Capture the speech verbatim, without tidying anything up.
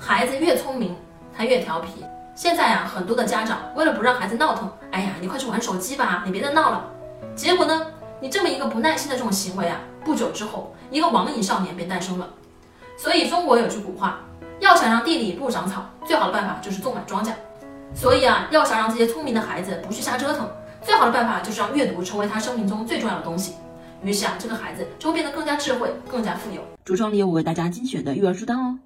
孩子越聪明，他越调皮。现在啊，很多的家长为了不让孩子闹腾，哎呀，你快去玩手机吧，你别再闹了。结果呢，你这么一个不耐心的这种行为啊，不久之后，一个网瘾少年便诞生了。所以中国有句古话，要想让地里不长草，最好的办法就是种满庄稼。所以啊，要想让这些聪明的孩子不去瞎折腾，最好的办法就是让阅读成为他生命中最重要的东西。于是啊，这个孩子就会变得更加智慧，更加富有。 橱窗里有我为大家精选的育儿书单哦。